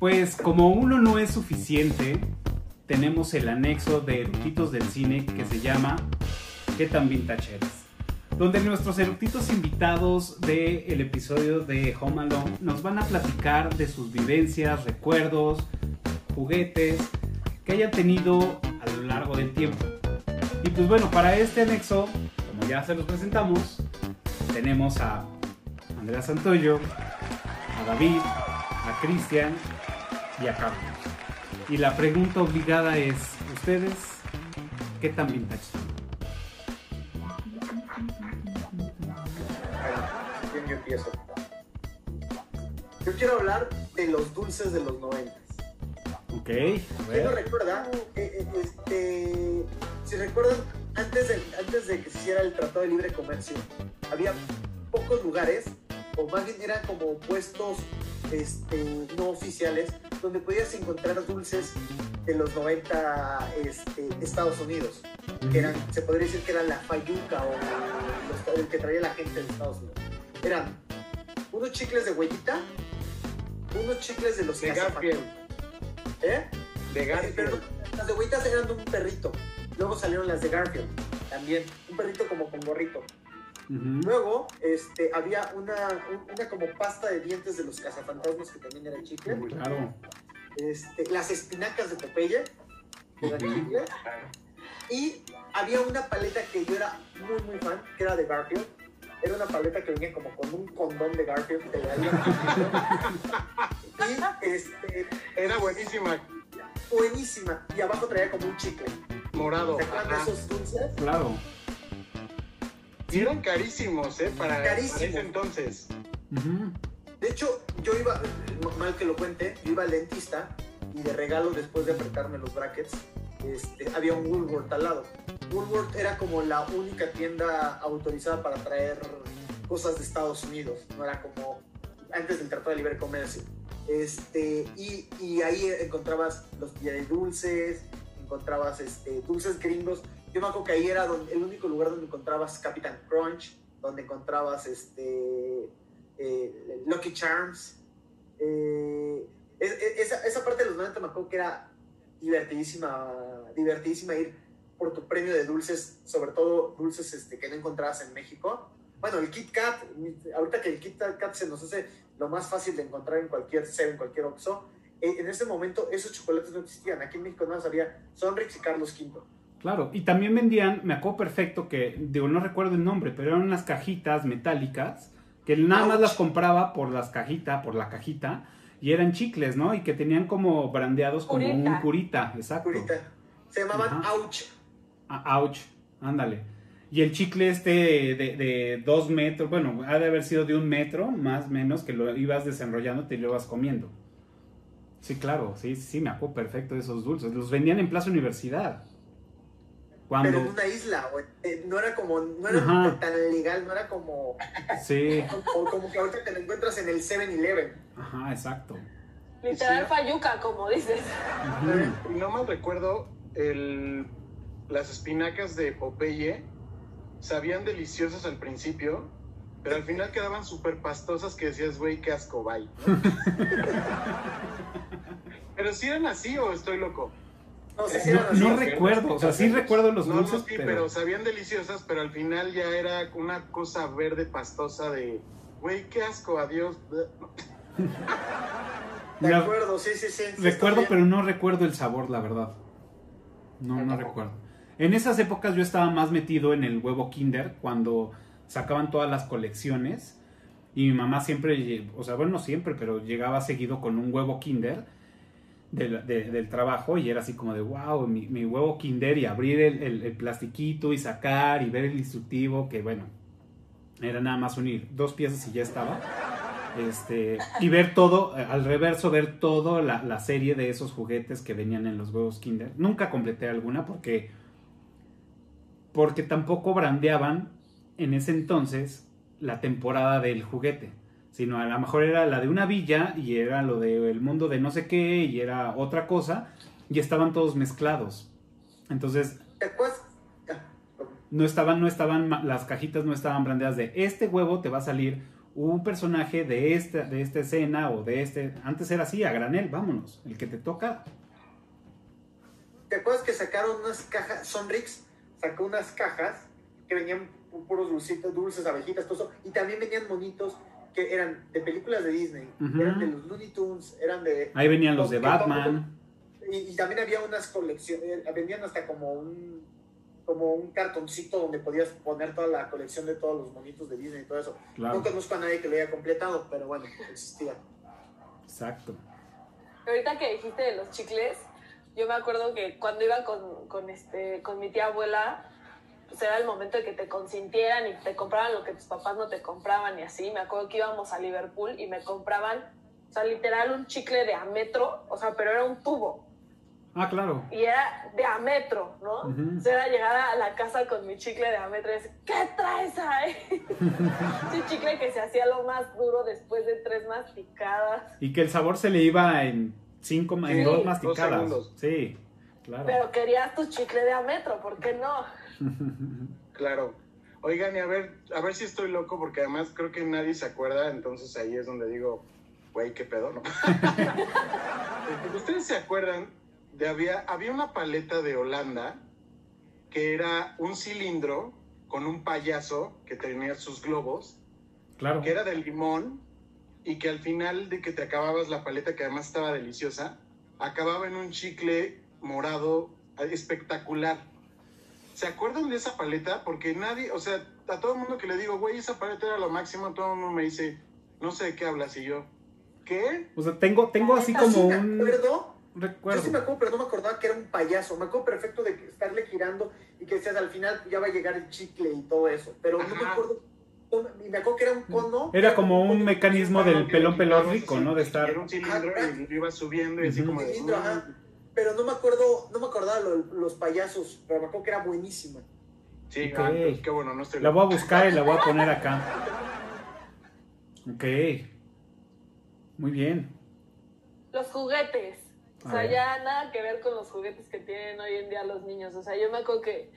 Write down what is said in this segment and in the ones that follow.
Pues como uno no es suficiente, tenemos el anexo de eructitos del cine que se llama ¿Qué tan vintage eres? Donde nuestros eructitos invitados del episodio de Home Alone nos van a platicar de sus vivencias, recuerdos, juguetes que hayan tenido a lo largo del tiempo. Y pues bueno, para este anexo, como ya se los presentamos, tenemos a Andrea Santoyo, a David, a Cristian y a Carlos. Y la pregunta obligada es, ¿ustedes qué tan vintage son? Bien, yo empiezo. Yo quiero hablar de los dulces de los 90. Ok, a ¿Quién ver. no recuerda? Si recuerdan, antes de que se hiciera el Tratado de Libre Comercio, había pocos lugares, o más bien eran como puestos no oficiales, donde podías encontrar dulces de los 90 Estados Unidos. Que eran, se podría decir que eran la fayuca o el que traía la gente de Estados Unidos. Eran unos chicles de huellita, unos chicles de los de Garfield. ¿Eh? De Garfield. Pero las de huellitas eran de un perrito. Luego salieron las de Garfield. También. Un perrito como con gorrito. Uh-huh. Luego, había una como pasta de dientes de los cazafantasmas que también era chicle. Claro. Las espinacas de Popeye, que era chicle. Y había una paleta que yo era muy, muy fan, que era de Garfield. Era una paleta que venía como con un condón de Garfield. Era buenísima. Buenísima. Y abajo traía como un chicle. Morado. ¿Se acuerdan de esos dulces? Claro. Y eran carísimos, para Carísimos. ese entonces. Uh-huh. De hecho, yo iba, mal que lo cuente, yo iba al dentista y de regalo, después de apretarme los brackets, había un Woolworth al lado. Woolworth era como la única tienda autorizada para traer cosas de Estados Unidos, no era como antes del Tratado de Libre Comercio. Y ahí encontrabas los de dulces, encontrabas dulces gringos. Yo me acuerdo que ahí era el único lugar donde encontrabas Captain Crunch, donde encontrabas Lucky Charms. Esa parte de los 90 me acuerdo que era divertidísima ir por tu premio de dulces, sobre todo dulces que no encontrabas en México. Bueno, el Kit Kat, ahorita que el Kit Kat se nos hace lo más fácil de encontrar en cualquier Seven, en cualquier Oxxo, en ese momento esos chocolates no existían. Aquí en México nada más había Sonrix y Carlos V. Claro, y también vendían, me acuerdo perfecto que, no recuerdo el nombre, pero eran unas cajitas metálicas que nada más las compraba por la cajita, y eran chicles, ¿no? Y que tenían como brandeados como un curita, exacto. Curita. Se llamaban Ouch. Ouch, ándale. Y el chicle de 2 metros, bueno, ha de haber sido de 1 metro, más o menos, que lo ibas desenrollando y lo ibas comiendo. Sí, claro, sí, me acuerdo perfecto de esos dulces. Los vendían en Plaza Universidad. Pero en una isla, no era tan legal, no era como... Sí. como que ahorita te lo encuentras en el 7-Eleven. Ajá, exacto. Literal fayuca, como dices. Y no mal recuerdo, las espinacas de Popeye sabían deliciosas al principio, pero al final quedaban súper pastosas que decías, güey, qué asco, bye, ¿no? Pero si eran así o estoy loco. No recuerdo, o sea, sí recuerdo los dulces, pero sabían deliciosas, pero al final ya era una cosa verde pastosa de, güey, qué asco, adiós. De acuerdo, sí. Recuerdo, pero no recuerdo el sabor, la verdad. No recuerdo. En esas épocas yo estaba más metido en el huevo Kinder, cuando sacaban todas las colecciones, y mi mamá siempre, o sea, bueno, no siempre, pero llegaba seguido con un huevo Kinder del trabajo, y era así como de wow, mi huevo Kinder, y abrir el plastiquito y sacar y ver el instructivo, que bueno, era nada más unir 2 piezas y ya estaba. Y ver todo, al reverso, ver toda la serie de esos juguetes que venían en los huevos Kinder. Nunca completé alguna porque tampoco brandeaban en ese entonces la temporada del juguete, sino a lo mejor era la de una villa y era lo del mundo de no sé qué y era otra cosa, y estaban todos mezclados. Entonces no estaban las cajitas no estaban brandeadas de este huevo te va a salir un personaje de esta escena o de este... Antes era así, a granel, vámonos, el que te toca. ¿Te acuerdas que sacaron unas cajas, Sonrix sacó unas cajas que venían puros dulcitos, dulces, abejitas, todo eso, y también venían monitos que eran de películas de Disney, eran de los Looney Tunes, eran de... Ahí venían los de Batman. Y también había unas colecciones, vendían hasta como un cartoncito donde podías poner toda la colección de todos los monitos de Disney y todo eso. Claro. No conozco a nadie que lo haya completado, pero bueno, existía. Exacto. Ahorita que dijiste de los chicles, yo me acuerdo que cuando iba con mi tía abuela, pues era el momento de que te consintieran y te compraban lo que tus papás no te compraban y así. Me acuerdo que íbamos a Liverpool y me compraban, o sea, literal un chicle de a metro, o sea, pero era un tubo. Ah, claro. Y era de a metro, ¿no? O sea, era llegar a la casa con mi chicle de a metro y decir, ¿qué traes ahí? Ese chicle que se hacía lo más duro después de 3 masticadas. Y que el sabor se le iba en 2 masticadas. 2 segundos. Sí, claro. Pero querías tu chicle de a metro, ¿por qué no? Claro. Oigan, y a ver si estoy loco, porque además creo que nadie se acuerda, entonces ahí es donde digo, güey, qué pedo, ¿no? ¿Ustedes se acuerdan de había una paleta de Holanda que era un cilindro con un payaso que tenía sus globos, Claro. que era de limón, y que al final de que te acababas la paleta, que además estaba deliciosa, acababa en un chicle morado espectacular? ¿Se acuerdan de esa paleta? Porque nadie, o sea, a todo el mundo que le digo, güey, esa paleta era lo máximo, todo el mundo me dice, no sé de qué hablas, y yo, ¿qué? O sea, tengo así Yo como sí me un acuerdo, recuerdo. yo sí me acuerdo, pero no me acordaba que era un payaso. Me acuerdo perfecto de estarle girando y que decías al final ya va a llegar el chicle y todo eso. Pero no me Ajá. acuerdo. Y me acuerdo que era un cono. Era como un mecanismo del Que pelón le quitabas rico, así, ¿no? De estar... Era un cilindro y lo iba subiendo y así como de... Cilindro, ajá. Pero no me acordaba los payasos, pero me acuerdo que era buenísima. Sí, Ok. pues qué bueno, no estoy... La voy a buscar y la voy a poner acá. Ok. Muy bien. Los juguetes. O A sea, ver. ya nada que ver con los juguetes que tienen hoy en día los niños. O sea, yo me acuerdo que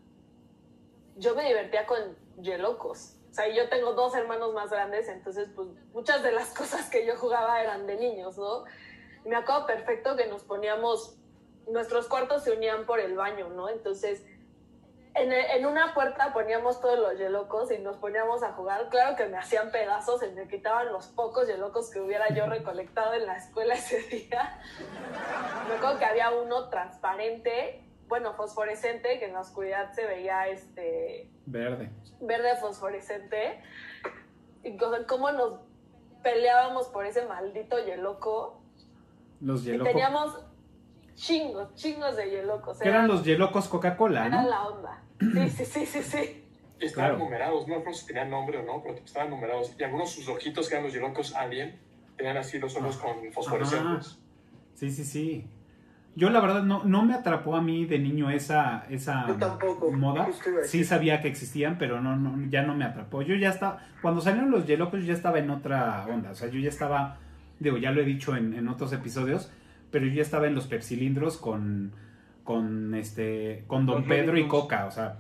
yo me divertía con Yelocos. O sea, y yo tengo 2 hermanos más grandes, entonces pues muchas de las cosas que yo jugaba eran de niños, ¿no? Y me acuerdo perfecto que nos poníamos, nuestros cuartos se unían por el baño, ¿no? Entonces, en una puerta poníamos todos los Yelocos y nos poníamos a jugar. Claro que me hacían pedazos y me quitaban los pocos Yelocos que hubiera yo recolectado en la escuela ese día. Me acuerdo que había uno transparente, bueno, fosforescente, que en la oscuridad se veía Verde. verde fosforescente. Y cómo nos peleábamos por ese maldito Yeloco. Los Y Yelocos. teníamos chingos de Yelocos. Que eran los Yelocos Coca-Cola, Era ¿no? la onda. Sí. Y estaban Claro. numerados, no recuerdo si tenían nombre o no, pero estaban numerados. Y algunos sus ojitos, que eran los Yelocos Alien, tenían así los ojos con fosforescentes. Sí. Yo la verdad no me atrapó a mí de niño esa Yo tampoco. moda. Justo iba a decir. Sí sabía que existían, pero ya no me atrapó. Yo ya estaba, cuando salieron los Yelocos yo ya estaba en otra onda. O sea, yo ya estaba, digo, ya lo he dicho en otros episodios, pero yo ya estaba en los pepsilindros con Don Los Pedro y Looney Tunes. Coca, o sea,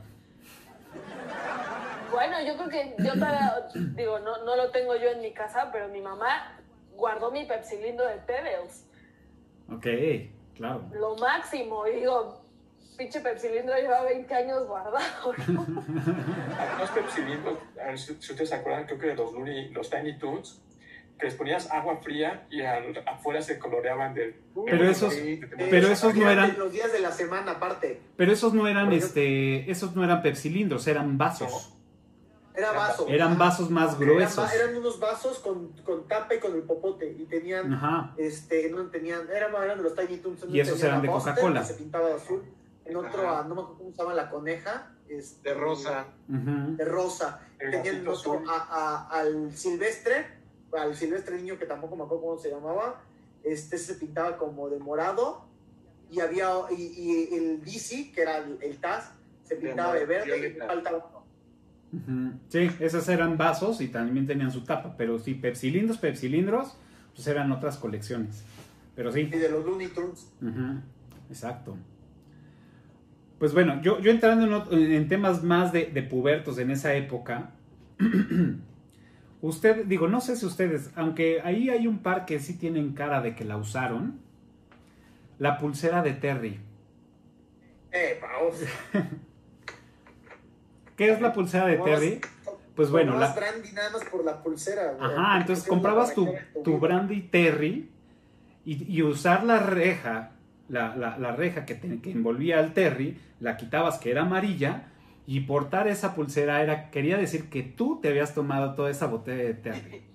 Bueno, yo creo que yo todavía, digo, no lo tengo yo en mi casa, pero mi mamá guardó mi pepsilindro de Pebbles. ok, claro. Lo máximo. Y digo, pinche pepsilindro lleva 20 años guardado, ¿no? Algunos pepsilindros, a ver si ustedes se acuerdan, creo que de los Tiny Toons, que les ponías agua fría y afuera se coloreaban del... Pero esos- Sí. Pero esos no eran- Los días de la semana, aparte. Pero esos no eran, Por esos no eran pepsilindros, eran vasos. Era vaso. Eran Ajá. vasos más gruesos. Eran unos vasos con tapa y con el popote. Y tenían, Ajá. eran de los Tiny Toons. Y esos eran de Buster, Coca-Cola. que se pintaba de azul. En otro, Ajá. no me acuerdo cómo se llama la coneja. De rosa. Ujú. De rosa. El Tenían en vasito otro azul. al silvestre niño que tampoco me acuerdo cómo se llamaba. Se pintaba como de morado. Y había y el DC, que era el Taz, se pintaba de verde. Y violeta. faltaba uno. Ujú. Sí, esos eran vasos y también tenían su tapa, pero sí, pepsilindros, pues eran otras colecciones. Pero sí, Y de los Looney Tunes. ujú, exacto. Pues bueno, yo entrando en temas más de pubertos en esa época, Usted, digo, no sé si ustedes, aunque ahí hay un par que sí tienen cara de que la usaron, la pulsera de Terry. Vamos. ¿Qué es la pulsera de Terry? Pues bueno, la brandy nada más por la pulsera, güey. Ajá, entonces comprabas tu brandy Terry y usar la reja, la reja que envolvía al Terry, la quitabas que era amarilla, y portar esa pulsera quería decir que tú te habías tomado toda esa botella de Terry.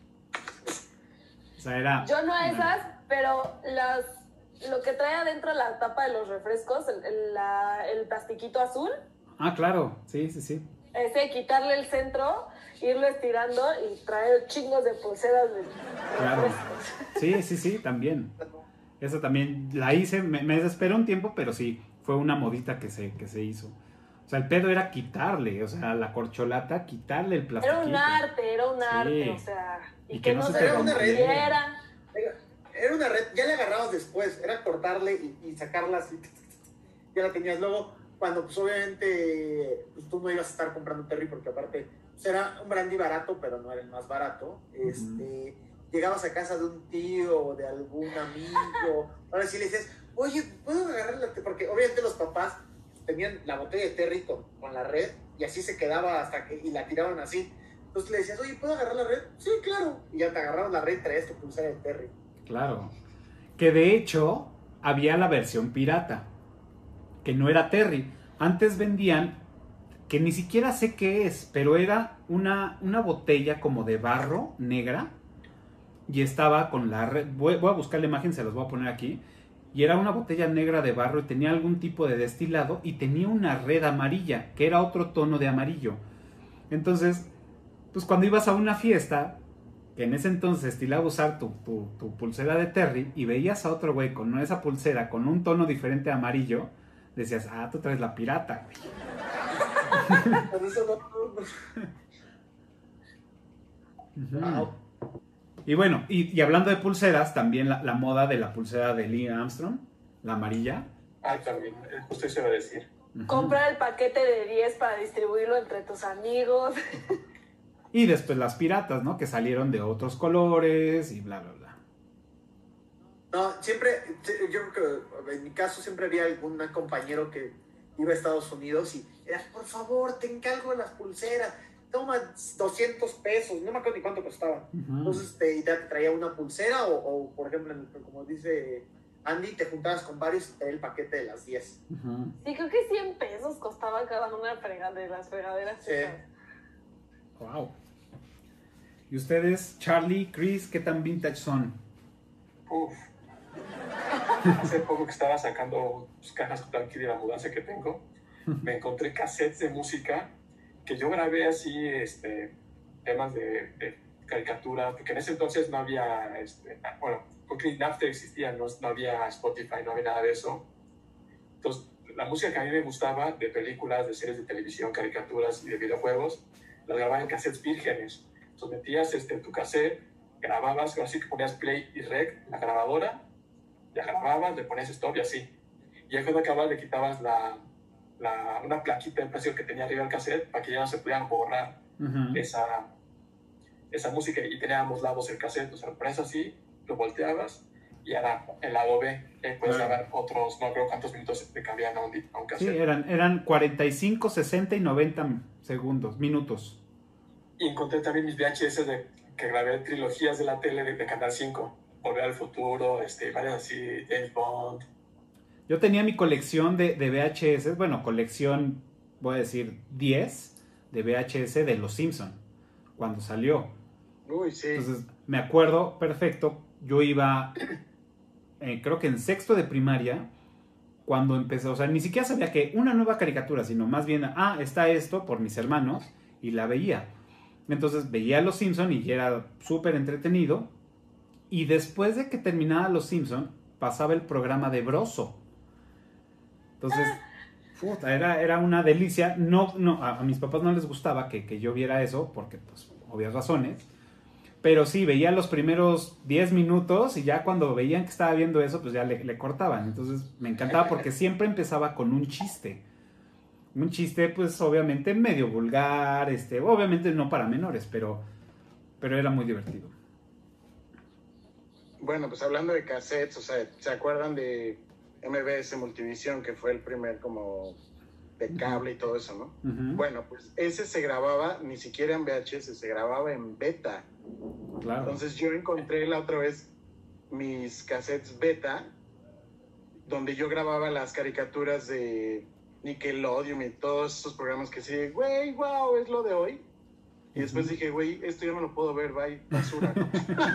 O sea, era... Yo no esas, pero lo que trae adentro la tapa de los refrescos, el plastiquito azul. Ah, claro, sí, sí, sí. Ese, quitarle el centro, irlo estirando y traer chingos de pulseras de Claro. refrescos. Sí, sí, sí, también. Esa también la hice, me desesperó un tiempo, pero sí, fue una modita que se hizo. O sea, el pedo era quitarle, o sea, la corcholata, quitarle el plastiquito. Era un arte, Sí. o sea, y Y que no se te rompiera. Era una red, ya le agarrabas después, era cortarle y sacarla así. Ya la tenías. Luego, cuando pues obviamente pues, tú no ibas a estar comprando Terry porque aparte pues, era un brandy barato, pero no era el más barato. Llegabas a casa de un tío o de algún amigo, ahora sí le dices, oye, ¿puedo agarrarla? Porque obviamente los papás tenían la botella de Terry con la red y así se quedaba hasta que, y la tiraban así. Entonces le decías, oye, ¿puedo agarrar la red? Sí, claro. Y ya te agarraron la red y traías tu pulsera de Terry. Claro. Que de hecho, había la versión pirata, que no era Terry. Antes vendían, que ni siquiera sé qué es, pero era una botella como de barro negra y estaba con la red. Voy a buscar la imagen, se las voy a poner aquí. Y era una botella negra de barro y tenía algún tipo de destilado y tenía una red amarilla, que era otro tono de amarillo. Entonces, pues cuando ibas a una fiesta, que en ese entonces estilaba usar tu pulsera de Terry y veías a otro güey con esa pulsera con un tono diferente a amarillo, decías, ah, tú traes la pirata, güey. Por eso no. Wow. Y bueno, y hablando de pulseras, también la moda de la pulsera de Lee Armstrong, la amarilla. Ah, también, justo eso iba a decir. Comprar el paquete de 10 para distribuirlo entre tus amigos. Y después las piratas, ¿no? Que salieron de otros colores y bla, bla, bla. No, siempre, yo creo que en mi caso siempre había algún compañero que iba a Estados Unidos y era, por favor, te encargo las pulseras, toma 200 pesos, no me acuerdo ni cuánto costaban. Entonces ya te traía una pulsera o por ejemplo, como dice Andy, te juntabas con varios y te traía el paquete de las 10. Sí, creo que 100 pesos costaba cada una de las fregaderas. Sí. Wow. ¿Y ustedes, Charlie, Chris, qué tan vintage son? Uf. Hace poco que estaba sacando cajas aquí de la mudanza que tengo, me encontré cassettes de música que yo grabé así, temas de caricatura, porque en ese entonces no había, bueno, porque Napster existía, no había Spotify, no había nada de eso. Entonces, la música que a mí me gustaba, de películas, de series de televisión, caricaturas y de videojuegos, las grababa en cassettes vírgenes. Entonces metías tu cassette, grababas, así que ponías play y rec en la grabadora, ya grababas, le ponías stop y así. Y cuando acabas le quitabas una plaquita de plástico que tenía arriba del cassette para que ya no se pudieran borrar esa música, y tenía ambos lados el cassette, o sea, lo ponías así, lo volteabas y ahora el lado B puedes grabar otros, no creo cuántos minutos te cambian a un cassette. Sí, eran 45, 60 y 90 minutos. Y encontré también mis VHS que grabé trilogías de la tele de Canal 5, Volver al Futuro, varias así, James Bond. Yo tenía mi colección de VHS, bueno, colección, voy a decir, 10 de VHS de Los Simpson, cuando salió. Uy, sí. Entonces, me acuerdo perfecto, yo iba, creo que en sexto de primaria, cuando empezó, o sea, ni siquiera sabía que una nueva caricatura, sino más bien, está esto por mis hermanos, y la veía. Entonces veía Los Simpson y era súper entretenido. Y después de que terminaba Los Simpson, pasaba el programa de Broso. Entonces, era una delicia. No, a mis papás no les gustaba que yo viera eso, porque, pues, obvias razones. Pero sí, veía los primeros 10 minutos y ya cuando veían que estaba viendo eso, pues ya le cortaban. Entonces me encantaba porque siempre empezaba con un chiste. Un chiste, pues, obviamente medio vulgar, obviamente no para menores, pero pero era muy divertido. Bueno, pues hablando de cassettes, o sea, ¿se acuerdan de MBS Multivisión, que fue el primer como de cable y todo eso, ¿no? Bueno, pues ese se grababa ni siquiera en VHS, se grababa en beta. Claro. Entonces yo encontré la otra vez mis cassettes beta, donde yo grababa las caricaturas de Nickelodeon y todos esos programas que sí, güey, wow, es lo de hoy. Y después dije, güey, esto ya no lo puedo ver, bye, basura, ¿no?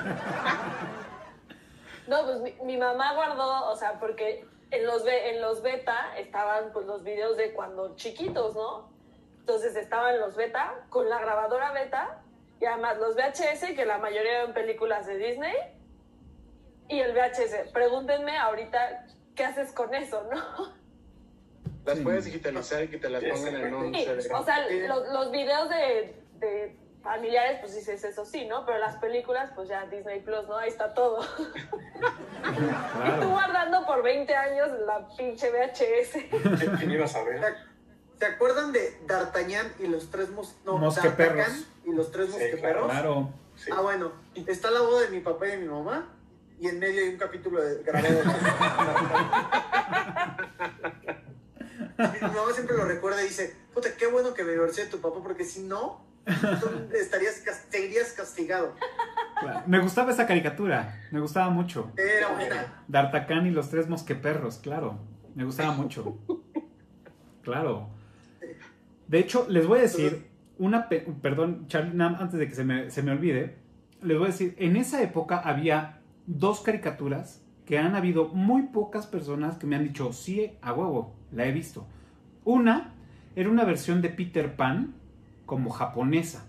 No, pues mi mamá guardó, o sea, porque en los beta estaban pues los videos de cuando chiquitos, ¿no? Entonces estaban los beta con la grabadora beta y además los VHS, que la mayoría eran películas de Disney, y el VHS. Pregúntenme ahorita, ¿qué haces con eso, no? Las puedes digitalizar y que te las pongan en un Sí, CD. o sea, los videos de familiares, pues dices eso sí, ¿no? Pero las películas, pues ya Disney Plus, ¿no? Ahí está todo. Claro. Y tú guardando por 20 años la pinche VHS. ¿Quién ibas a ver? ¿Se acuerdan de D'Artagnan y los tres Mosqueperros? D'Artagnan y los tres mosqueperros? Claro. Sí. Ah, bueno, está la boda de mi papá y de mi mamá y en medio hay un capítulo de grabado. Mi mamá siempre lo recuerda y dice, puta, qué bueno que me divorcié de tu papá porque si no, tú serías castigado. Claro. Me gustaba esa caricatura, me gustaba mucho. Era buena. D'Artagnan y los tres mosqueperros, claro. Me gustaba mucho. Claro. De hecho, les voy a decir perdón, Charlie, antes de que se me olvide, les voy a decir, en esa época había 2 caricaturas que han habido muy pocas personas que me han dicho, sí, a huevo, la he visto. Una era una versión de Peter Pan como japonesa,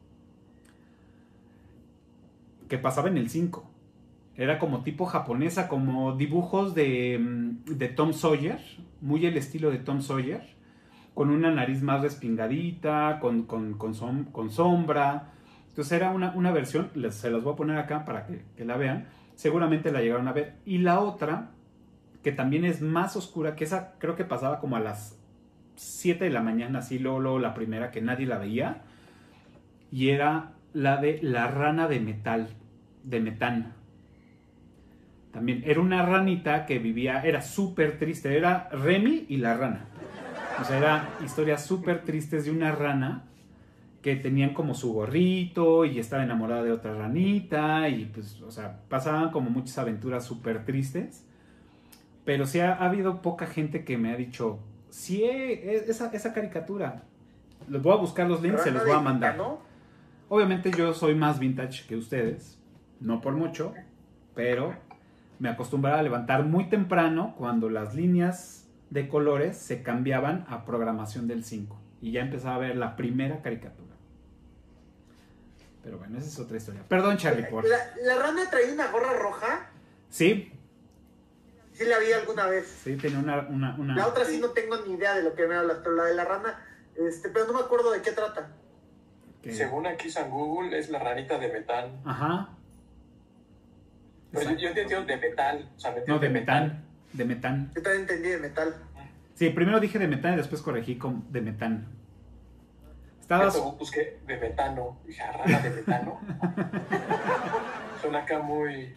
que pasaba en el 5. Era como tipo japonesa, como dibujos de Tom Sawyer, muy el estilo de Tom Sawyer, con una nariz más respingadita, con sombra. Entonces era una versión, se las voy a poner acá para que la vean. Seguramente la llegaron a ver. Y la otra, que también es más oscura, que esa creo que pasaba como a las 7 de la mañana, así luego la primera, que nadie la veía. Y era la de la rana de metal, de metán. También era una ranita que vivía, era súper triste, era Remy y la rana. O sea, eran historias súper tristes de una rana que tenían como su gorrito y estaba enamorada de otra ranita y pues, o sea, pasaban como muchas aventuras súper tristes. Pero sí ha habido poca gente que me ha dicho, sí, esa caricatura. Les voy a buscar los links, se los voy a mandar. ¿No? Obviamente yo soy más vintage que ustedes, no por mucho, pero me acostumbraba a levantar muy temprano cuando las líneas de colores se cambiaban a programación del 5 y ya empezaba a ver la primera caricatura. Pero bueno, esa es otra historia. Perdón, Charlie, por... ¿La rana traía una gorra roja? Sí. Sí la vi alguna vez. Sí, tenía una... La otra sí no tengo ni idea de lo que me hablas, pero la de la rana, pero no me acuerdo de qué trata. que... Según aquí San Google, es la ranita de metán. Ajá. Pero yo entiendo de metal. O sea, No, de metán. De metán. Yo también entendí de metal. Sí, primero dije de metán y después corregí con de metán. Estabas... Yo busqué de metano. Dije, rana de metano. Suena acá muy...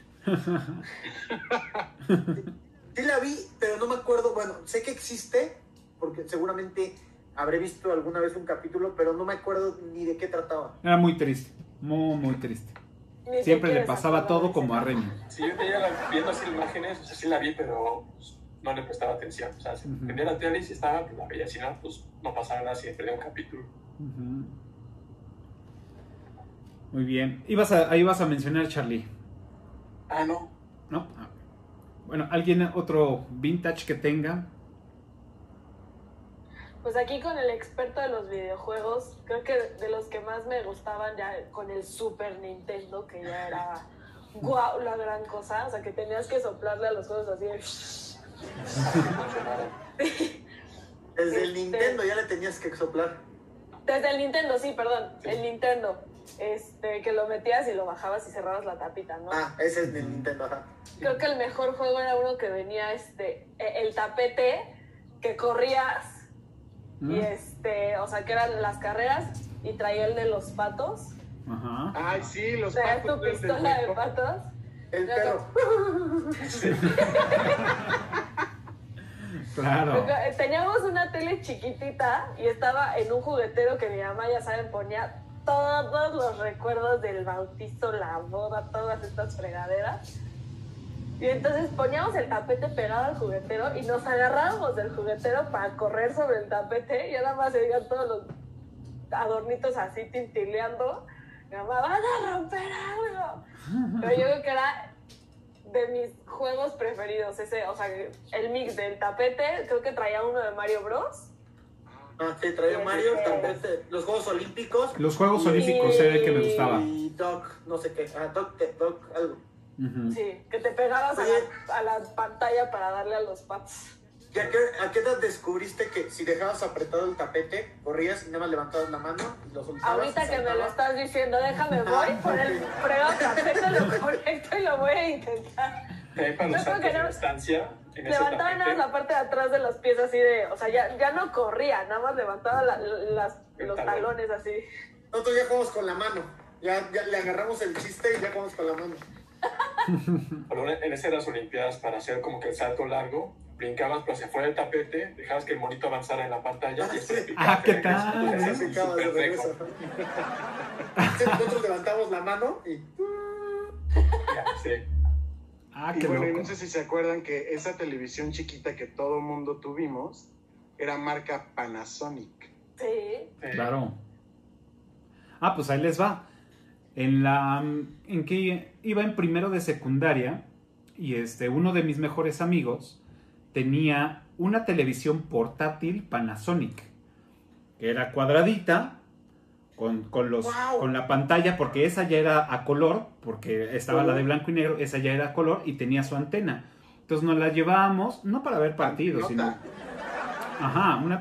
Sí la vi, pero no me acuerdo. Bueno, sé que existe, porque seguramente habré visto alguna vez un capítulo, pero no me acuerdo ni de qué trataba. Era muy triste, muy, muy triste. Ni Siempre siquiera le pasaba se todo acuerda como de a ese. Remy. Sí, yo tenía viendo así imágenes, o sea, sí la vi, pero pues, no le prestaba atención. O sea, si prendía la tele y si estaba, pues la veía. Si no, pues no pasaba nada si perdía un capítulo. Ujú. Muy bien. Ahí vas a mencionar, Charlie, Ah, no. ¿no? Ah. Bueno, ¿alguien otro vintage que tenga? Pues aquí con el experto de los videojuegos, creo que de los que más me gustaban ya con el Super Nintendo, que ya era guau, la gran cosa, o sea, que tenías que soplarle a los juegos así de... Desde el Nintendo ya le tenías que soplar. Desde el Nintendo, sí, perdón, el Nintendo, que lo metías y lo bajabas y cerrabas la tapita, ¿no? Ah, ese es el Nintendo, ajá. Creo que el mejor juego era uno que venía, el tapete, que corrías, y o sea, que eran las carreras, y traía el de los patos, Ajá. Ay, sí, los Traías patos tu del pistola de hueco. patos. El perro. Claro. Teníamos una tele chiquitita y estaba en un juguetero que mi mamá, ya saben, ponía todos los recuerdos del bautizo, la boda, todas estas fregaderas. Y entonces poníamos el tapete pegado al juguetero y nos agarrábamos del juguetero para correr sobre el tapete y nada más se veían todos los adornitos así tintileando. Mi mamá, van a romper algo. Pero yo creo que era de mis juegos preferidos, ese, o sea, el mix del tapete, creo que traía uno de Mario Bros. Ah, sí, traía Mario, tapete, los Juegos Olímpicos. Los Juegos Olímpicos era el que me gustaba. Y Doc, no sé qué. Ah, Doc, algo. Ujú. Sí, que te pegabas a la pantalla para darle a los patos. ¿Y a qué edad descubriste que si dejabas apretado el tapete, corrías y nada más levantabas la mano y lo soltabas? Ahorita y que me lo saltabas? estás diciendo, déjame, voy por el fregado tapete, lo conecto y lo voy a intentar. También para los Yo creo saltos que de no. distancia, en ese Levantaba nada más tapete, la parte de atrás de los pies así de, o sea, ya no corría, nada más levantaba los talones así. Nosotros ya jugamos con la mano. Ya le agarramos el chiste y ya jugamos con la mano. pero en esas las Olimpiadas, para hacer como que el salto largo, brincabas pero hacia fuera del tapete, dejabas que el monito avanzara en la pantalla y sí. ¿qué tal? Entonces, Así es acabas de súper regreso. rico. Sí, nosotros levantamos la mano y... Sí. Ah, Y qué bueno, y loco. no sé si se acuerdan que esa televisión chiquita que todo mundo tuvimos era marca Panasonic. Sí. Claro. Ah, pues ahí les va. En que iba en primero de secundaria y uno de mis mejores amigos tenía una televisión portátil Panasonic que era cuadradita con ¡Wow! la pantalla, porque esa ya era a color, porque estaba la de blanco y negro, esa ya era a color y tenía su antena. Entonces nos la llevábamos, no para ver partidos, sino... Ajá, una...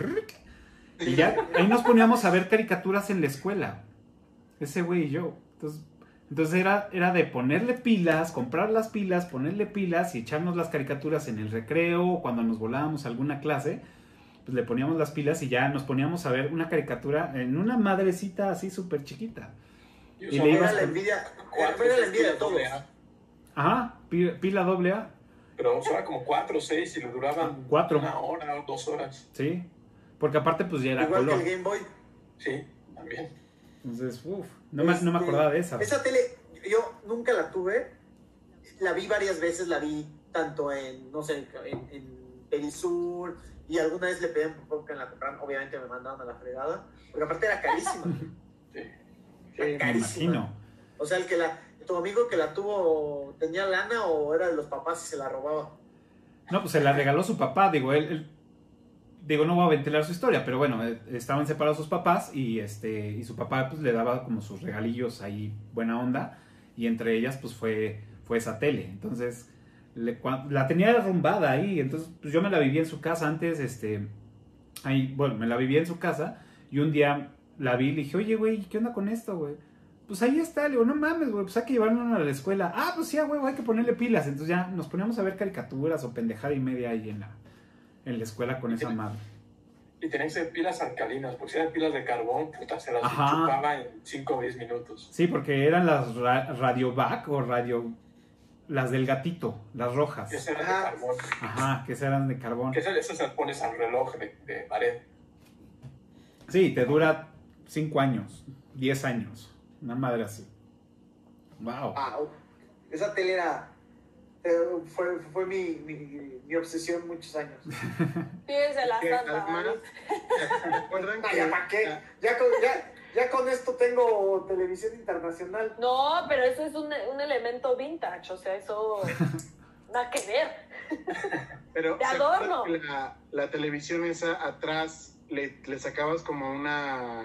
Y ya ahí nos poníamos a ver caricaturas en la escuela. Ese güey y yo. Entonces era de ponerle pilas, comprar las pilas, ponerle pilas y echarnos las caricaturas en el recreo o cuando nos volábamos a alguna clase. Pues le poníamos las pilas y ya nos poníamos a ver una caricatura en una madrecita así súper chiquita. Y le ibas Era la con- envidia, era la envidia de todos. Ajá, pila doble A, Pero usaba como 4 o 6 y le duraban 4. 1 hora o 2 horas. sí. Porque aparte pues ya era Igual color. que el Game Boy. Sí, también. Entonces, no me acordaba de esa. Esa tele, yo nunca la tuve. La vi varias veces, la vi tanto en, no sé, en Perisur. Y alguna vez le pedí a mi papá que la compraran. Obviamente me mandaron a la fregada. Porque aparte era carísima. Sí. Era Me carísima. imagino. O sea, tu amigo que la tuvo, ¿tenía lana o era de los papás y se la robaba? No, pues se la regaló su papá, digo, digo, no voy a ventilar su historia, pero bueno, estaban separados sus papás y su papá pues le daba como sus regalillos ahí, buena onda, y entre ellas pues fue esa tele. Entonces la tenía derrumbada ahí, entonces pues yo me la vivía en su casa antes, ahí, bueno, me la vivía en su casa y un día la vi y le dije, oye güey, ¿qué onda con esto, güey? Pues ahí está, le digo, no mames, güey, pues hay que llevarlo a la escuela. Ah, pues sí, güey, hay que ponerle pilas. Entonces ya nos poníamos a ver caricaturas o pendejada y media ahí en la escuela con esa madre. Y tenían que ser pilas alcalinas, porque si eran pilas de carbón, puta, se las Ajá. chupaba en 5 o 10 minutos. Sí, porque eran las Radiovac o las del gatito, las rojas. Y esas eran de Ajá. carbón. Ajá, que esas eran de carbón. Que esas las pones al reloj de pared. Sí, te dura 5 años, 10 años. Una madre así. Wow. Ah, esa tele fue mi obsesión muchos años. Fíjense la Que santa. además, ¿recuerdan Ah, que ¿ya para qué? Ya con esto tengo televisión internacional. No, pero eso es un elemento vintage, o sea, eso nada que ver. Pero de ¿se acuerdan adorno. que la televisión esa atrás le sacabas como una...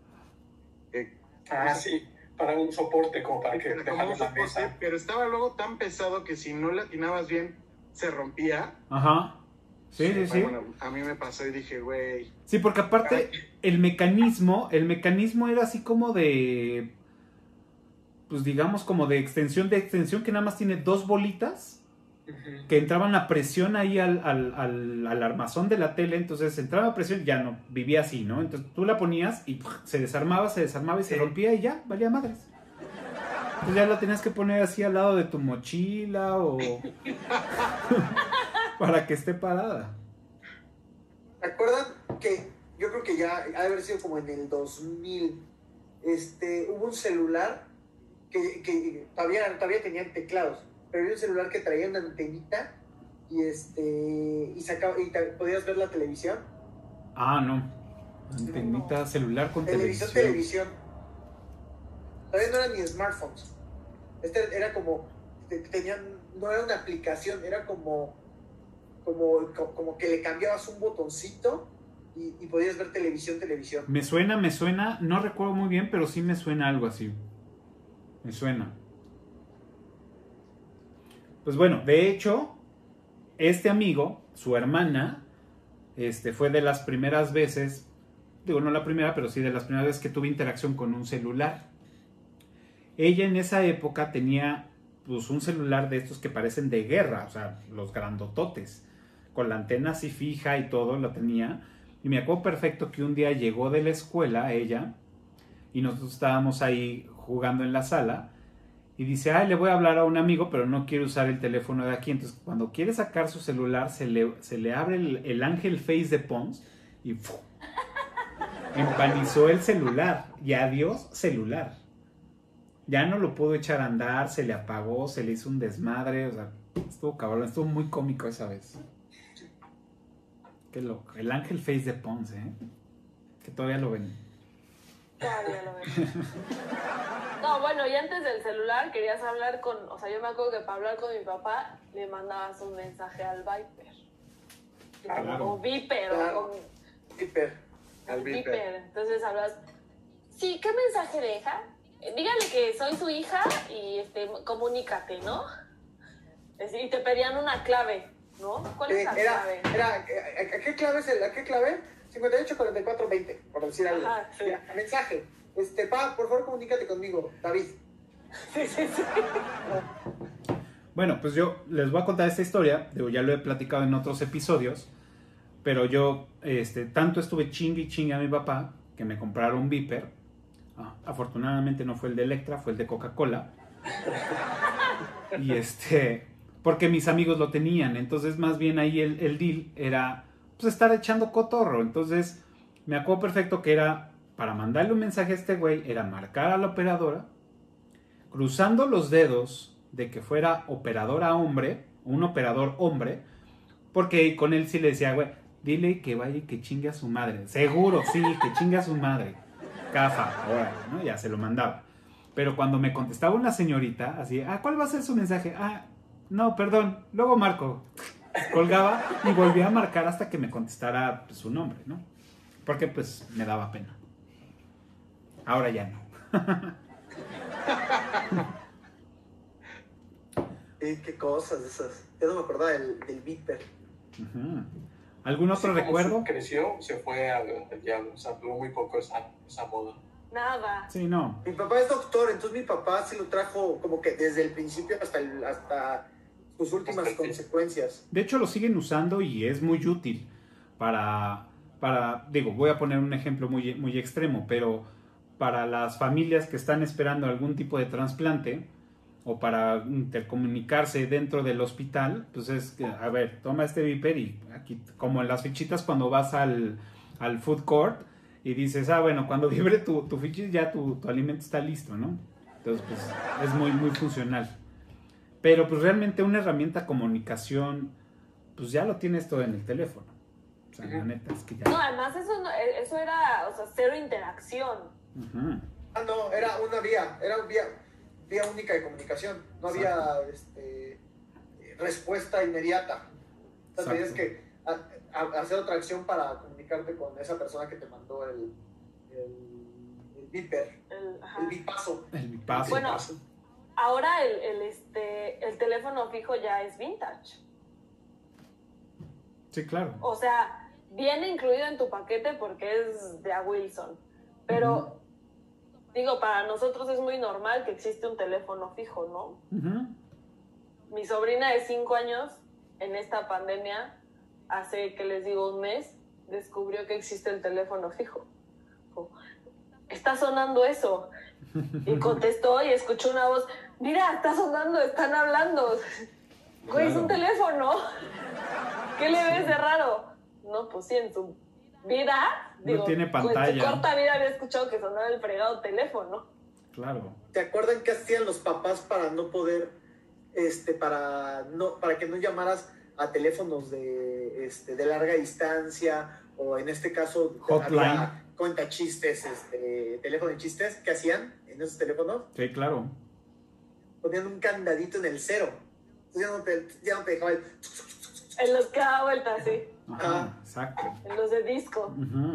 Ah, sí, para un soporte, como para que como un dejaras la soporte, mesa. pero estaba luego tan pesado que si no le atinabas bien, se rompía. Ajá. Sí. Bueno, a mí me pasó y dije, güey... Sí, porque aparte el mecanismo era así como de, pues digamos como de extensión que nada más tiene 2 bolitas que entraba una presión ahí al armazón de la tele, entonces entraba presión, ya no, vivía así, ¿no? Entonces tú la ponías y se desarmaba y se rompía y ya, valía madres. Entonces ya la tenías que poner así al lado de tu mochila o para que esté parada. ¿Se acuerdan que yo creo que ya ha de haber sido como en el 2000, hubo un celular que todavía tenían teclados, pero había un celular que traía una antenita y podías ver la televisión? Ah, no. Antenita celular con televisión. Televisión. Todavía no eran ni smartphones. Era como, no era una aplicación, era como que le cambiabas un botoncito y podías ver televisión. Me suena, no recuerdo muy bien, pero sí me suena algo así. Me suena. Pues bueno, de hecho, este amigo, su hermana, fue de las primeras veces, digo no la primera, pero sí de las primeras veces que tuve interacción con un celular. Ella en esa época tenía pues un celular de estos que parecen de guerra, o sea, los grandototes, con la antena así fija y todo, lo tenía. Y me acuerdo perfecto que un día llegó de la escuela ella y nosotros estábamos ahí jugando en la sala y dice, ay, le voy a hablar a un amigo, pero no quiere usar el teléfono de aquí. Entonces, cuando quiere sacar su celular, se le abre el Ángel Face de Pons y ¡fum! Empanizó el celular. Y adiós, celular. Ya no lo pudo echar a andar, se le apagó, se le hizo un desmadre. O sea, estuvo cabrón, estuvo muy cómico esa vez. Qué loco. El Ángel Face de Pons, que todavía lo ven. Todavía lo ven. No, bueno, y antes del celular querías hablar o sea, yo me acuerdo que para hablar con mi papá le mandabas un mensaje al Viper. Claro. O Viper, Claro. o con Viper. Al Viper. Entonces hablas, sí, ¿qué mensaje deja? Dígale que soy su hija y comunícate, ¿no? Y te pedían una clave, ¿no? ¿Cuál es la clave? ¿A qué clave es ¿A qué clave? 584420, por decir algo. Ajá, sí. Ya, mensaje. Por favor, comunícate conmigo, David. Sí. Bueno, pues yo les voy a contar esta historia. Digo, ya lo he platicado en otros episodios. Pero yo, tanto estuve chingue a mi papá que me compraron un Viper. Afortunadamente no fue el de Electra, fue el de Coca-Cola. Y porque mis amigos lo tenían. Entonces, más bien ahí el deal era pues estar echando cotorro. Entonces, me acuerdo perfecto que era para mandarle un mensaje a este güey, era marcar a la operadora, cruzando los dedos de que fuera operadora hombre, un operador hombre, porque con él sí le decía, güey, dile que vaya y que chingue a su madre. Seguro, sí, que chingue a su madre. Cafa, ahora, ¿no? Ya se lo mandaba. Pero cuando me contestaba una señorita, así, ¿cuál va a ser su mensaje? No, perdón, luego marco. Colgaba y volvía a marcar hasta que me contestara pues, su nombre, ¿no? Porque pues me daba pena. Ahora ya no. Qué cosas esas. Yo no me acordaba del Viper. Uh-huh. ¿Algún otro recuerdo? Creció, se fue al diablo. O sea, duró muy poco esa moda. Nada. Sí, no. Mi papá es doctor, entonces mi papá sí lo trajo como que desde el principio hasta sus últimas consecuencias. De hecho, lo siguen usando y es muy útil para digo, voy a poner un ejemplo muy, muy extremo, pero para las familias que están esperando algún tipo de trasplante o para intercomunicarse dentro del hospital, pues es que, a ver, toma este Viper y aquí, como en las fichitas cuando vas al food court y dices, bueno, cuando vibre tu fichita ya tu alimento está listo, ¿no? Entonces, pues, es muy, muy funcional. Pero, pues, realmente una herramienta de comunicación, pues, ya lo tienes todo en el teléfono. O sea, la neta es que ya... No, además eso era, o sea, cero interacción. Uh-huh. No, era una vía única de comunicación. No había respuesta inmediata. Entonces tenías que hacer otra acción para comunicarte con esa persona que te mandó el Viper, el bipaso. El bipaso. Bueno, ahora el teléfono fijo ya es vintage. Sí, claro. O sea, viene incluido en tu paquete porque es de a Wilson. Pero, digo, para nosotros es muy normal que existe un teléfono fijo, ¿no? Uh-huh. mi sobrina de 5 años, en esta pandemia, hace, que les digo, un mes, descubrió que existe el teléfono fijo. Está sonando eso. Y contestó y escuchó una voz, mira, está sonando, están hablando. Güey, es un teléfono. ¿Qué le ves de raro? No, pues sí, en su vida, no tiene pantalla. En su corta vida había escuchado que sonaba el fregado teléfono. Claro. ¿Te acuerdan qué hacían los papás para no poder, para que no llamaras a teléfonos de larga distancia, o en este caso Hotline, cuenta chistes, teléfono de chistes? ¿Qué hacían en esos teléfonos? Sí, claro. Ponían un candadito en el 0. Entonces ya no te dejaba el... En los que da vueltas, sí. Ajá, exacto. En los de disco.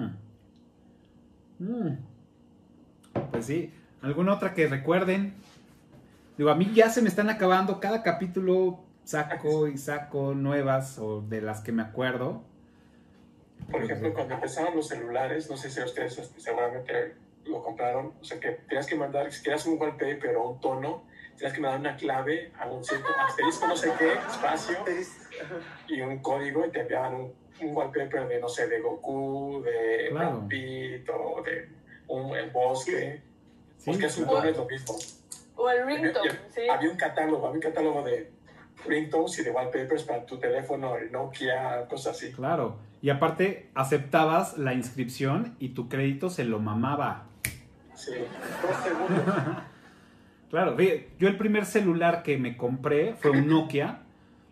Pues sí. ¿Alguna otra que recuerden? Digo, a mí ya se me están acabando. Cada capítulo saco nuevas, o de las que me acuerdo. Por ejemplo, cuando empezaron los celulares, no sé si ustedes seguramente lo compraron, o sea que tenías que mandar, si querías un wallpaper o un tono, tenías que mandar una clave a un cierto asterisco, no sé qué, espacio, y un código, y te enviaban un wallpaper de, no sé, de Goku, de Brad Pitt, o de el bosque. Sí, pues que es un tono, es lo mismo. O el ringtone, sí. Había un catálogo de ringtones y de wallpapers para tu teléfono, el Nokia, cosas así. Claro, y aparte aceptabas la inscripción y tu crédito se lo mamaba. Sí, 2 segundos. Claro, yo el primer celular que me compré fue un Nokia.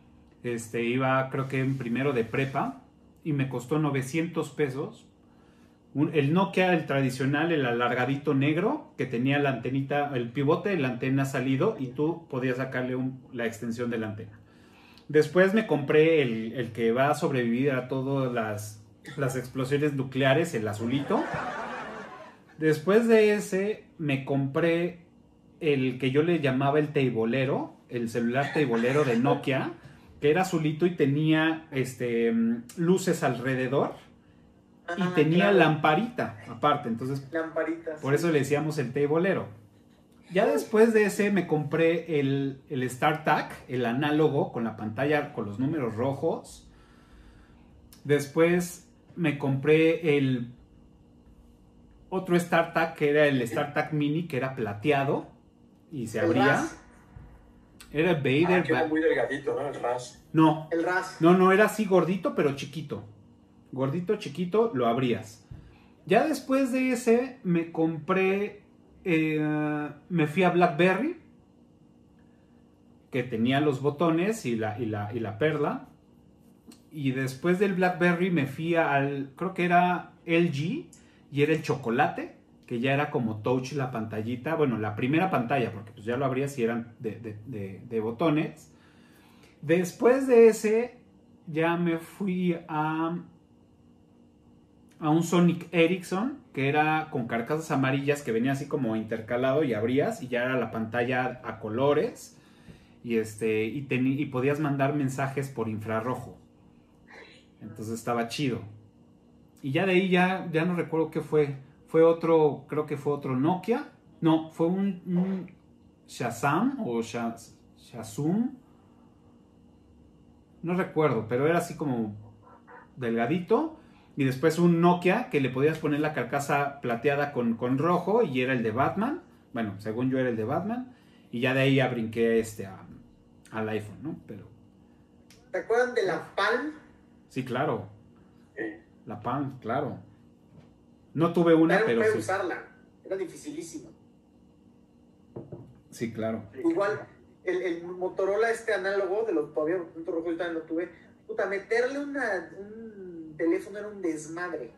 Iba creo que en primero de prepa y me costó 900 pesos. El Nokia, el tradicional, el alargadito negro, que tenía la antenita, el pivote de la antena salido, y tú podías sacarle la extensión de la antena. Después me compré el que va a sobrevivir a todas las explosiones nucleares, el azulito. Después de ese me compré el que yo le llamaba el teibolero, el celular teibolero de Nokia, que era azulito y tenía luces alrededor. Y tenía lamparita aparte, entonces Lamparitas, por eso le decíamos el teibolero. Ya después de ese me compré el StarTAC, el análogo con la pantalla con los números rojos. Después me compré el otro StarTAC, que era el StarTAC Mini, que era plateado y se abría. Era Vader. Que era muy delgadito, ¿no? El RAS. No. El RAS. No, era así gordito, pero chiquito. Gordito, chiquito, lo abrías. Ya después de ese me compré, me fui a BlackBerry, que tenía los botones y la perla. Y después del BlackBerry me fui creo que era LG, y era el chocolate, que ya era como touch la pantallita. Bueno, la primera pantalla, porque pues ya lo abrías y eran de botones. Después de ese ya me fui a un Sonic Ericsson, que era con carcasas amarillas, que venía así como intercalado y abrías y ya era la pantalla a colores, y podías mandar mensajes por infrarrojo. Entonces estaba chido. Y ya de ahí ya no recuerdo qué fue. Fue otro, creo que fue otro Nokia. No, fue un Shazam o Shazum. No recuerdo, pero era así como delgadito. Y después un Nokia que le podías poner la carcasa plateada con rojo, y era el de Batman. Bueno, según yo era el de Batman. Y ya de ahí ya brinqué al iPhone, ¿no? Pero... ¿Te acuerdan de la Palm? Sí, claro. La Palm, claro. No tuve una, pero sí. Usarla. Era dificilísimo. Sí, claro. Igual, el Motorola análogo de los todavía puntos rojos, yo también lo tuve. Puta, meterle un teléfono era un desmadre.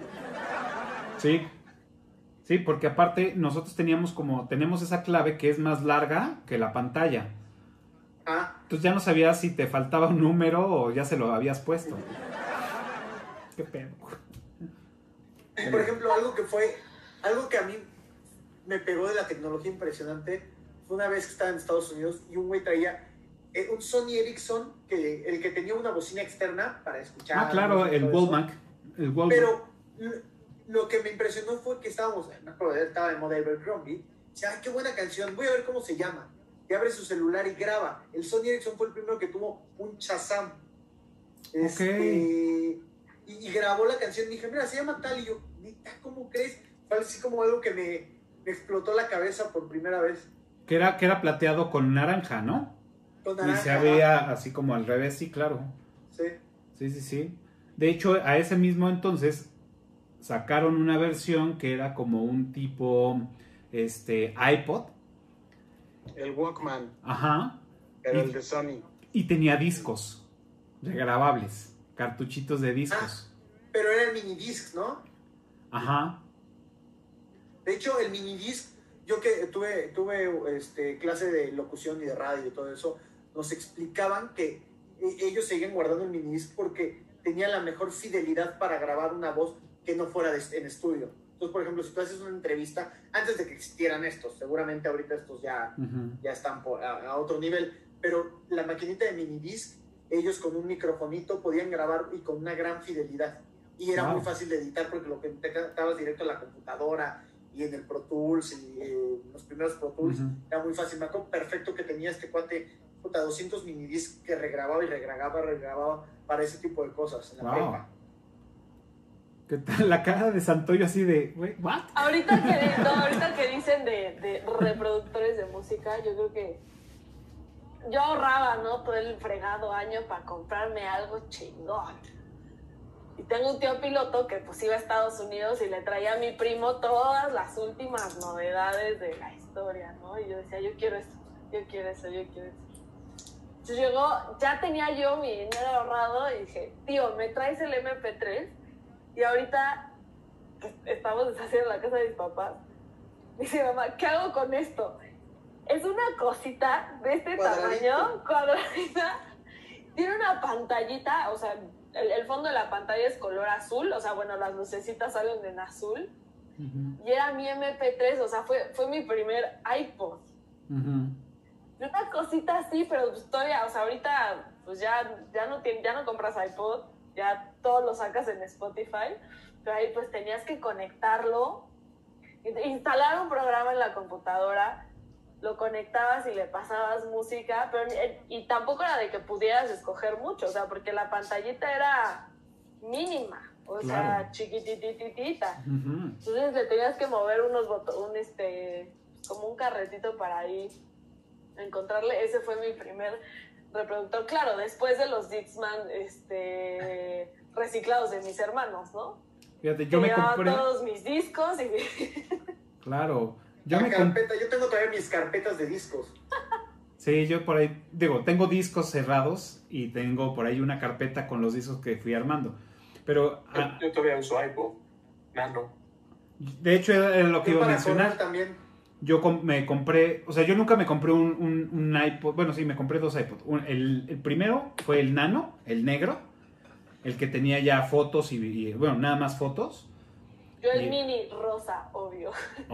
Sí, porque aparte nosotros tenemos esa clave que es más larga que la pantalla. Entonces ya no sabías si te faltaba un número o ya se lo habías puesto. Qué pedo. Por ejemplo, algo que a mí me pegó de la tecnología impresionante fue una vez que estaba en Estados Unidos y un güey traía un Sony Ericsson, el que tenía una bocina externa para escuchar. Claro, el Wallback. Pero lo que me impresionó fue que estaba de moda Abercrombie. O sea, qué buena canción, voy a ver cómo se llama. que abre su celular y graba. El Sony Ericsson fue el primero que tuvo un Shazam. Y grabó la canción y dije, mira, se llama tal. Y yo, ¿cómo crees? Fue así como algo que me explotó la cabeza por primera vez. Que era plateado con naranja, ¿no? Con naranja. Y se veía así como al revés, sí, claro. Sí. Sí. De hecho, a ese mismo entonces sacaron una versión que era como un tipo iPod. El Walkman. Ajá. Pero el de Sony. Y tenía discos regrabables, cartuchitos de discos. Pero era el minidisc, ¿no? Ajá. De hecho, el minidisc, yo que tuve clase de locución y de radio y todo eso, nos explicaban que ellos seguían guardando el minidisc porque tenía la mejor fidelidad para grabar una voz que no fuera en estudio. Entonces, por ejemplo, si tú haces una entrevista, antes de que existieran estos, seguramente ahorita estos ya están a otro nivel, pero la maquinita de minidisc, ellos con un microfonito podían grabar y con una gran fidelidad. Y era muy fácil de editar porque lo que te estabas directo a la computadora y en el Pro Tools y los primeros Pro Tools, era muy fácil. Me acuerdo perfecto que tenía este cuate 200 minidiscs que regrababa y regrababa para ese tipo de cosas en la prepa. ¿Qué tal la cara de Santoyo así de, ¿what? Ahorita que dicen de reproductores de música, yo creo que yo ahorraba, ¿no? Todo el fregado año para comprarme algo chingón. Y tengo un tío piloto que pues iba a Estados Unidos y le traía a mi primo todas las últimas novedades de la historia, ¿no? Y yo decía, yo quiero esto, yo quiero eso. Entonces llegó, ya tenía yo mi dinero ahorrado y dije, tío, ¿me traes el MP3? Y ahorita estamos deshaciendo la casa de mis papás. Dice mamá, ¿qué hago con esto? Es una cosita de este tamaño, cuadradita. Tiene una pantallita, o sea, el fondo de la pantalla es color azul, o sea, bueno, las lucecitas salen en azul. Y era mi MP3, o sea, fue mi primer iPod. Una cosita así, pero pues todavía, o sea, ahorita pues ya no compras iPod, ya todo lo sacas en Spotify, pero ahí pues tenías que conectarlo, instalar un programa en la computadora, lo conectabas y le pasabas música, pero y tampoco era de que pudieras escoger mucho, o sea, porque la pantallita era mínima, o sea, chiquitititita. Entonces le tenías que mover unos botones, como un carretito para ahí encontrarle. Ese fue mi primer reproductor, claro, después de los Dixman reciclados de mis hermanos, ¿no? Fíjate, yo me compré todos mis discos y claro, yo tengo todavía mis carpetas de discos. Sí, yo por ahí, tengo discos cerrados y tengo por ahí una carpeta con los discos que fui armando. Pero yo todavía uso iPod Nano. De hecho, era lo que iba a mencionar. También. Yo me compré, o sea, yo nunca me compré un iPod. Bueno, sí, me compré 2 iPods. El primero fue el Nano, el negro, el que tenía ya fotos y bueno, nada más fotos. Yo el mini rosa, obvio.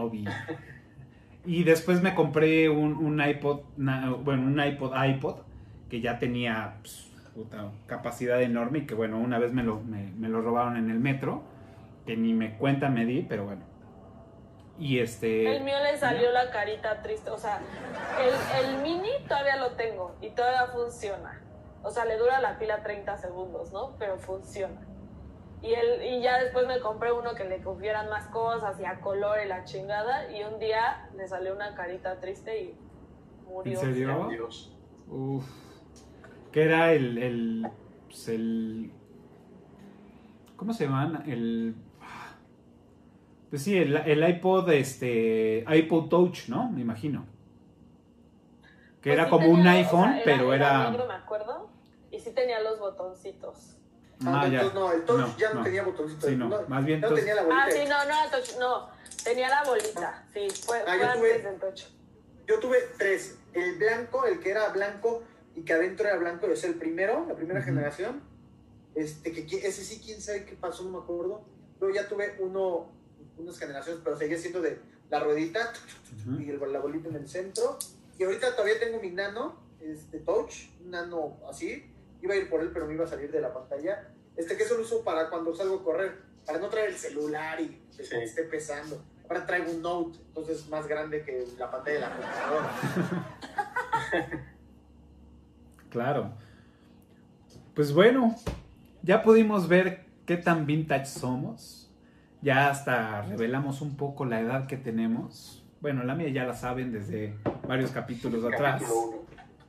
Y después me compré un iPod, un iPod que ya tenía capacidad enorme y que bueno, una vez me lo robaron en el metro, que ni me cuenta me di, pero bueno. Y el mío le salió la carita triste, o sea, el mini todavía lo tengo y todavía funciona. O sea, le dura la pila 30 segundos, ¿no? Pero funciona. Y ya después me compré uno que le cogieran más cosas y a color y la chingada. Y un día le salió una carita triste y murió. ¿En serio? Dios. Uf. ¿Qué era el ¿cómo se llaman? Pues sí, el iPod, iPod Touch, ¿no? Me imagino. Que pues era sí como tenía, un iPhone, o sea, pero era negro, me acuerdo. Y sí tenía los botoncitos. Entonces, no, el Touch ya no tenía botoncitos. Sí, no, más bien no tenía la bolita. Sí, no, Touch, no. Tenía la bolita, sí, fue antes del Touch. Yo tuve 3. El blanco, el que era blanco y que adentro era blanco, o sea, el primero, la primera generación. Ese sí, quién sabe qué pasó, no me acuerdo. Luego ya tuve unas generaciones, pero seguía siendo de la ruedita y la bolita en el centro. Y ahorita todavía tengo mi Nano, Touch, un Nano así. Iba a ir por él, pero me iba a salir de la pantalla. Que eso lo uso para cuando salgo a correr, para no traer el celular y que esté pesando. Ahora traigo un Note, entonces más grande que la pantalla de la computadora. Claro. Pues bueno, ya pudimos ver qué tan vintage somos. Ya hasta revelamos un poco la edad que tenemos. Bueno, la mía ya la saben desde varios capítulos atrás. Capítulo 1.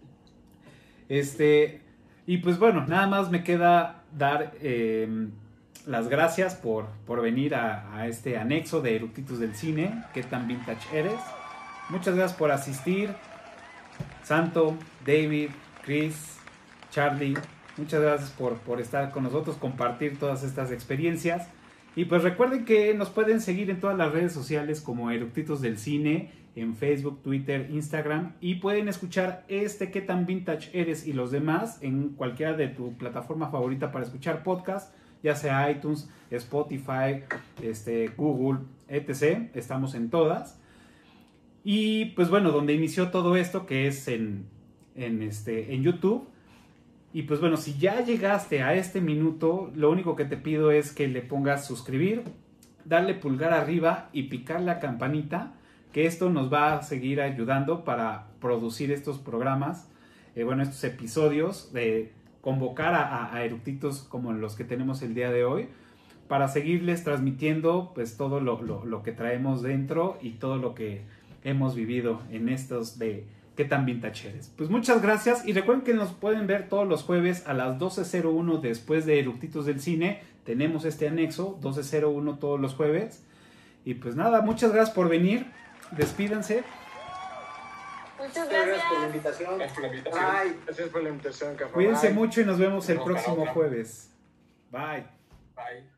Y pues bueno, nada más me queda dar las gracias por venir a este anexo de Eructitos del Cine. ¿Qué tan vintage eres? Muchas gracias por asistir. Santo, David, Chris, Charlie, muchas gracias por estar con nosotros, compartir todas estas experiencias. Y pues recuerden que nos pueden seguir en todas las redes sociales como Eructitos del Cine, en Facebook, Twitter, Instagram, y pueden escuchar ¿Qué tan vintage eres? Y los demás en cualquiera de tu plataforma favorita para escuchar podcast, ya sea iTunes, Spotify, Google, etc. Estamos en todas. Y pues bueno, donde inició todo esto, que es en YouTube. Y pues bueno, si ya llegaste a este minuto, lo único que te pido es que le pongas suscribir, darle pulgar arriba y picar la campanita, que esto nos va a seguir ayudando para producir estos programas, estos episodios, de convocar a eructitos como los que tenemos el día de hoy, para seguirles transmitiendo pues todo lo que traemos dentro y todo lo que hemos vivido en estos de ¿Qué tan vintage eres? Pues muchas gracias y recuerden que nos pueden ver todos los jueves a las 12:01 después de Eructitos del Cine. Tenemos este anexo, 12:01 todos los jueves. Y pues nada, muchas gracias por venir. Despídanse. Muchas Gracias por la gracias. invitación. Gracias por la invitación. Ay, Gracias por la invitación, Café. Cuídense Bye. mucho y nos vemos el Nos vemos próximo para otra. jueves. Bye. Bye.